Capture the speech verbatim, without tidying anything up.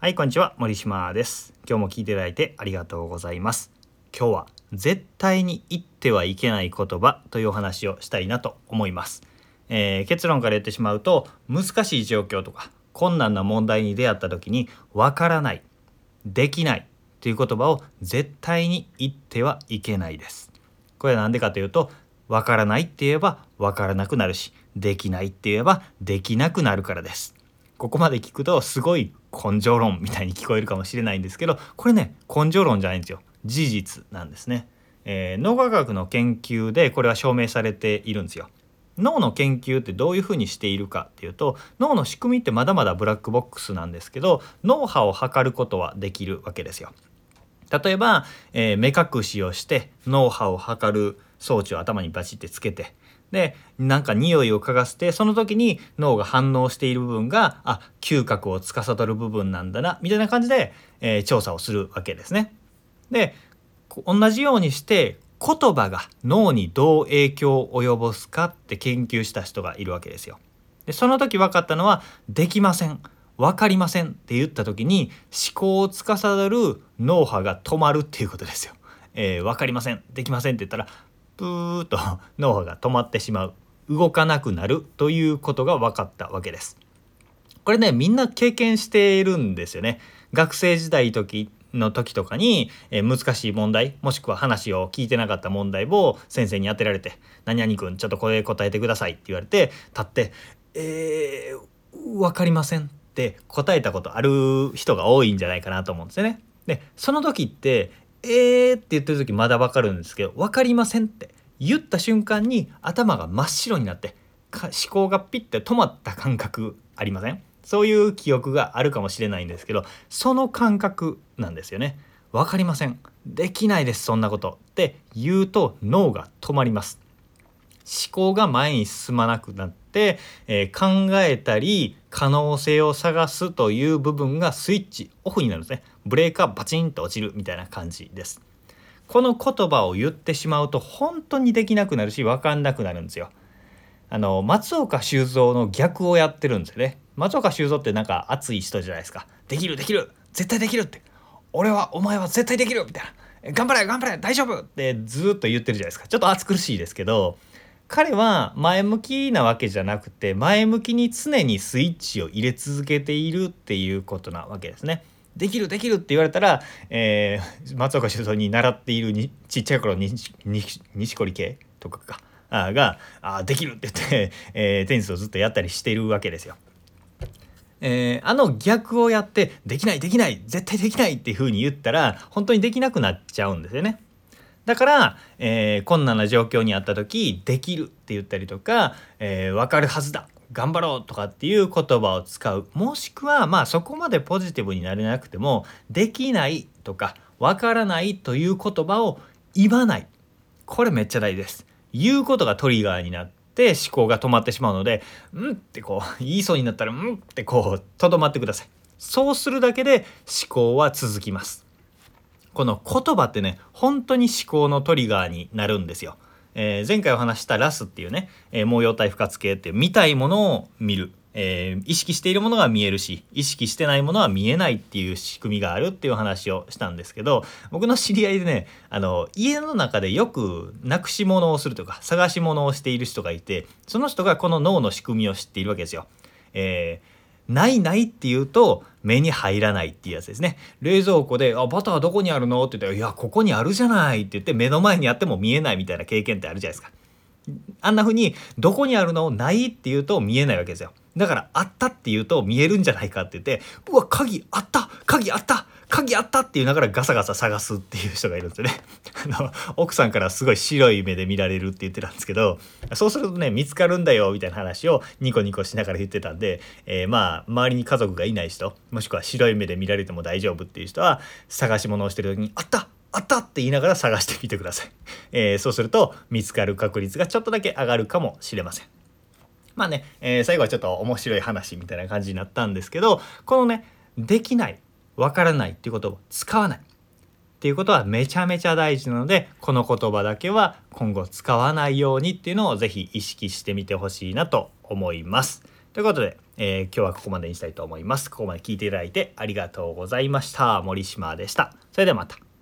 はい、こんにちは。森島です。今日も聞いていただいてありがとうございます。今日は絶対に言ってはいけない言葉というお話をしたいなと思います。えー、結論から言ってしまうと、難しい状況とか困難な問題に出会った時にわからない、できないという言葉を絶対に言ってはいけないです。これは何でかというと、わからないって言えばわからなくなるし、できないって言えばできなくなるからです。ここまで聞くとすごい根性論みたいに聞こえるかもしれないんですけど、これね、根性論じゃないんですよ。事実なんですね。えー、脳科学の研究でこれは証明されているんですよ。脳の研究ってどういうふうにしているかっていうと、脳の仕組みってまだまだブラックボックスなんですけど、脳波を測ることはできるわけですよ。例えば、えー、目隠しをして脳波を測る装置を頭にバチってつけて、でなんか匂いを嗅がせて、その時に脳が反応している部分があ嗅覚を司る部分なんだなみたいな感じで、えー、調査をするわけですね。で同じようにして言葉が脳にどう影響を及ぼすかって研究した人がいるわけですよ。でその時分かったのは、できません、分かりませんって言った時に思考を司る脳波が止まるっていうことですよ。えー、分かりません、できませんって言ったらプーッと脳波が止まってしまう、動かなくなるということが分かったわけです。これね、みんな経験しているんですよね。学生時代時の時とかに、えー、難しい問題、もしくは話を聞いてなかった問題を先生に当てられて、何々君ちょっとこれ答えてくださいって言われて、立ってえー、分かりませんって答えたことある人が多いんじゃないかなと思うんですよね。でその時ってえーって言ってる時まだ分かるんですけど、分かりませんって言った瞬間に頭が真っ白になって思考がピッて止まった感覚ありません？そういう記憶があるかもしれないんですけど、その感覚なんですよね。分かりません、できないです、そんなことって言うと脳が止まります。思考が前に進まなくなって、えー、考えたり可能性を探すという部分がスイッチオフになるんですね。ブレーカーバチンと落ちるみたいな感じです。この言葉を言ってしまうと本当にできなくなるし分かんなくなるんですよ。あの松岡修造の逆をやってるんですよね。松岡修造ってなんか熱い人じゃないですか。できるできる絶対できるって、俺はお前は絶対できるみたいな、頑張れ頑張れ大丈夫ってずっと言ってるじゃないですか。ちょっと暑苦しいですけど、彼は前向きなわけじゃなくて、前向きに常にスイッチを入れ続けているっていうことなわけですね。できるできるって言われたら、えー、松岡修造に習っているにちっちゃい頃に錦織圭とかかあがあできるって言って、えー、テニスをずっとやったりしているわけですよ。えー、あの逆をやってできないできない絶対できないっていう風に言ったら本当にできなくなっちゃうんですよね。だから、えー、困難な状況にあった時できるって言ったりとか、えー、分かるはずだ頑張ろうとかっていう言葉を使う、もしくはまあそこまでポジティブになれなくてもできないとか分からないという言葉を言わない、これめっちゃ大事です。言うことがトリガーになって思考が止まってしまうので、うんってこう言いそうになったらうんってこうとどまってください。そうするだけで思考は続きます。この言葉ってね、本当に思考のトリガーになるんですよ。えー、前回お話したラスっていうね、えー、毛様体不活系っていう見たいものを見る、えー、意識しているものが見えるし意識してないものは見えないっていう仕組みがあるっていう話をしたんですけど、僕の知り合いでね、あの家の中でよくなくし物をするとか探し物をしている人がいて、その人がこの脳の仕組みを知っているわけですよ。えーないないって言うと目に入らないっていうやつですね。冷蔵庫であバターどこにあるのって言ったら、いやここにあるじゃないって言って目の前にあっても見えないみたいな経験ってあるじゃないですか。あんな風にどこにあるのないって言うと見えないわけですよ。だからあったって言うと見えるんじゃないかって言って、うわ鍵あった鍵あった鍵あったって言いながらガサガサ探すっていう人がいるんですよね。あの奥さんからすごい白い目で見られるって言ってたんですけど、そうするとね見つかるんだよみたいな話をニコニコしながら言ってたんで、えー、まあ周りに家族がいない人、もしくは白い目で見られても大丈夫っていう人は探し物をしてる時にあったあったって言いながら探してみてください。えー、そうすると見つかる確率がちょっとだけ上がるかもしれません。まあね、えー、最後はちょっと面白い話みたいな感じになったんですけど、このねできないわからないっていうことを使わないっていうことはめちゃめちゃ大事なので、この言葉だけは今後使わないようにっていうのをぜひ意識してみてほしいなと思います。 ということで、えー今日はここまでにしたいと思います。ここまで聞いていただいてありがとうございました。森島でした。それではまた。